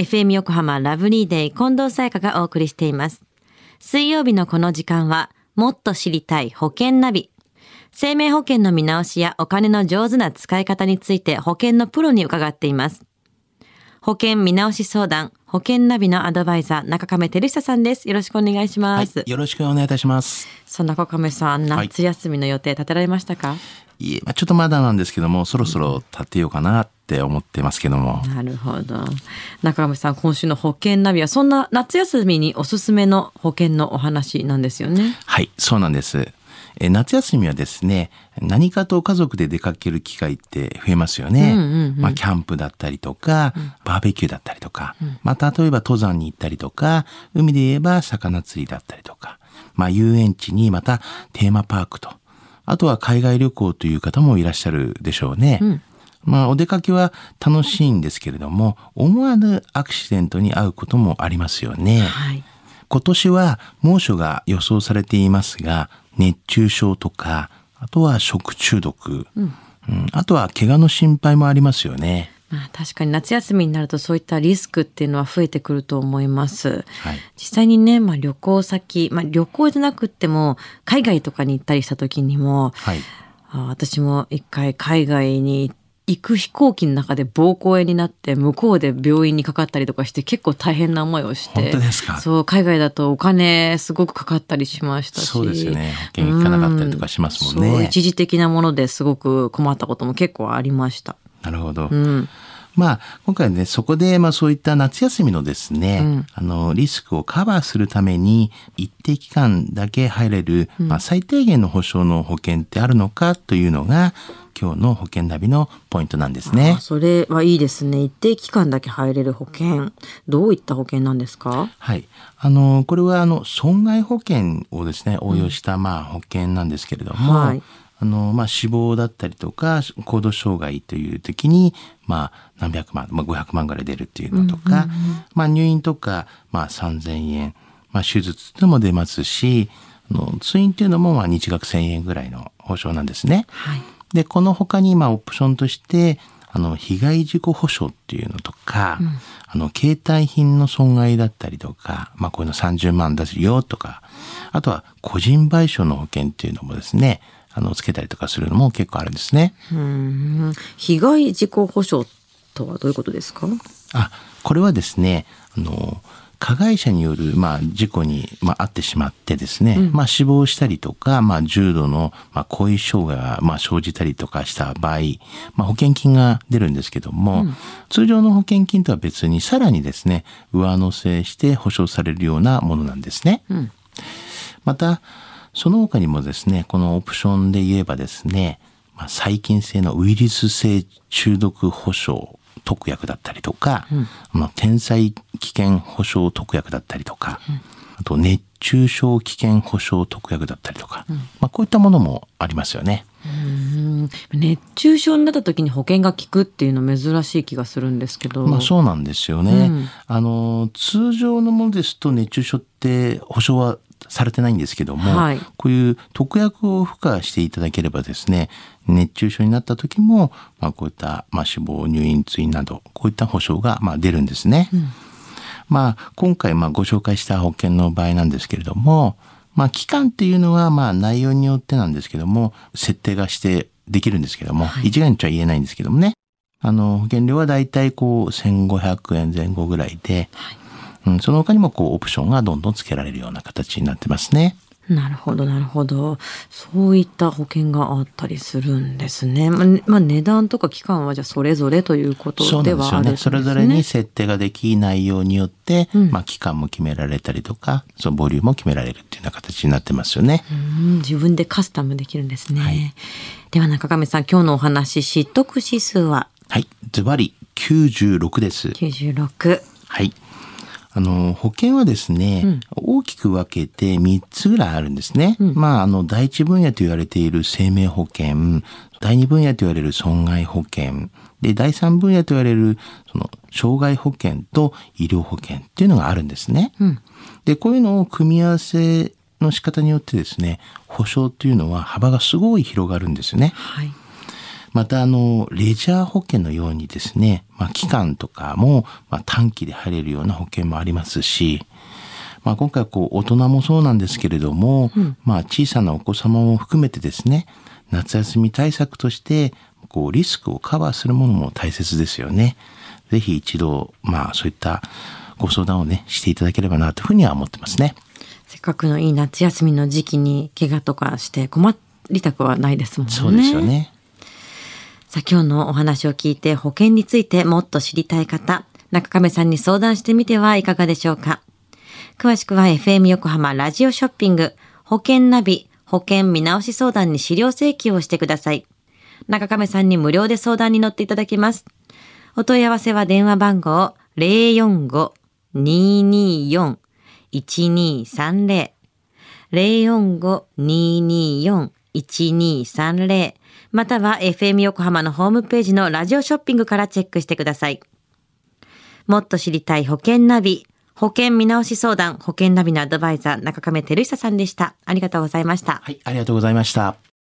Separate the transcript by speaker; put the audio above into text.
Speaker 1: FM 横浜ラブリーデイ近藤沙耶香がお送りしています。水曜日のこの時間は、もっと知りたい保険ナビ。生命保険の見直しやお金の上手な使い方について保険のプロに伺っています。保険見直し相談、保険ナビのアドバイザー、中亀照久さんです。よろしくお願いします。
Speaker 2: はい、よろしくお願いいたします。
Speaker 1: さあ、中亀さん、夏休みの予定立てられましたか？
Speaker 2: いえ、ちょっとまだなんですけども、そろそろ立てようかなって思ってますけども。
Speaker 1: なるほど。中亀さん、今週の保険ナビはそんな夏休みにおすすめの保険のお話なんですよね。
Speaker 2: はい、そうなんです。夏休みはですね、何かと家族で出かける機会って増えますよね。キャンプだったりとか、バーベキューだったりとか、例えば登山に行ったりとか、海で言えば魚釣りだったりとか、遊園地にまたテーマパークと、あとは海外旅行という方もいらっしゃるでしょうね。お出かけは楽しいんですけれども、思わぬアクシデントに遭うこともありますよね。はい、今年は猛暑が予想されていますが、熱中症とか、あとは食中毒、あとは怪我の心配もありますよね。
Speaker 1: 確かに夏休みになるとそういったリスクっていうのは増えてくると思います。
Speaker 2: はい、
Speaker 1: 実際にね、旅行先、旅行じゃなくっても海外とかに行ったりした時にも、私も一回海外に行く飛行機の中で膀胱炎になって向こうで病院にかかったりとかして結構大変な思いをして。
Speaker 2: 本当ですか？
Speaker 1: そう、海外だとお金すごくかかったりしましたし。
Speaker 2: そうですよね。保険行かなかったりとかしますもんね。
Speaker 1: そう、一時的なものですごく困ったことも結構ありました。
Speaker 2: なるほど。今回ね、そこでそういった夏休みのですね、リスクをカバーするために一定期間だけ入れる、最低限の保証の保険ってあるのかというのが今日の保険ナビのポイントなんですね。
Speaker 1: それはいいですね。一定期間だけ入れる保険。どういった保険なんですか？
Speaker 2: はい。これは損害保険をですね、応用した保険なんですけれども、死亡だったりとか高度障害という時に何百万、500万ぐらい出るっていうのとか、入院とか3000円、手術っていうのも出ますし、通院っていうのも日額1000円ぐらいの保証なんですね。でこの他にオプションとして被害事故保障っていうのとか、携帯品の損害だったりとか、こういうの30万出すよとか、あとは個人賠償の保険っていうのもですね、つけたりとかするのも結構あるんですね。
Speaker 1: 被害事故保障とはどういうことですか？
Speaker 2: これはですね、加害者による事故に遭ってしまってですね、死亡したりとか、重度の後遺障害が生じたりとかした場合、保険金が出るんですけども、通常の保険金とは別にさらにですね、上乗せして保証されるようなものなんですね。またその他にもですね、このオプションで言えばですね、細菌性のウイルス性中毒保証特約だったりとか、天災危険保証特約だったりとか、あと熱中症危険保証特約だったりとか、こういったものもありますよね。
Speaker 1: 熱中症になった時に保険が効くっていうの珍しい気がするんですけど。
Speaker 2: そうなんですよね。通常のものですと熱中症って保証はされてないんですけども、こういう特約を付加していただければですね、熱中症になった時も、こういった死亡、入院、通院などこういった保証が出るんですね。今回ご紹介した保険の場合なんですけれども、期間っていうのは内容によってなんですけども設定がしてできるんですけども、一概には言えないんですけどもね、保険料はだいたい1500円前後ぐらいで、その他にもオプションがどんどんつけられるような形になってますね。
Speaker 1: なるほどなるほど。そういった保険があったりするんですね。値段とか期間はじゃあそれぞれということではあるんですね。
Speaker 2: それぞれに設定ができ内容によって、期間も決められたりとか、そのボリュームも決められるっていうような形になってますよね。
Speaker 1: 自分でカスタムできるんですね。では中亀さん、今日のお話、知得指数は？
Speaker 2: ズバリ96です。
Speaker 1: 96。
Speaker 2: 保険はですね、大きく分けて3つぐらいあるんですね。第一分野と言われている生命保険、第二分野と言われる損害保険、で第三分野と言われるその障害保険と医療保険っていうのがあるんですね。でこういうのを組み合わせの仕方によってですね、保証というのは幅がすごい広がるんですよね。 またレジャー保険のようにですね、期間とかも、短期で入れるような保険もありますし、今回大人もそうなんですけれども、小さなお子様も含めてですね、夏休み対策としてリスクをカバーするものも大切ですよね。ぜひ一度そういったご相談をねしていただければなというふうには思ってますね。
Speaker 1: せっかくのいい夏休みの時期に怪我とかして困りたくはないですもんね。
Speaker 2: そうですよね。
Speaker 1: さあ今日のお話を聞いて保険についてもっと知りたい方、中亀さんに相談してみてはいかがでしょうか。詳しくは FM 横浜ラジオショッピング保険ナビ保険見直し相談に資料請求をしてください。中亀さんに無料で相談に乗っていただけます。お問い合わせは電話番号 045-224-1230 045-224-1230または FM 横浜のホームページのラジオショッピングからチェックしてください。もっと知りたい保険ナビ保険見直し相談保険ナビのアドバイザー中亀照久さんでした。ありがとうございました。
Speaker 2: はい、ありがとうございました。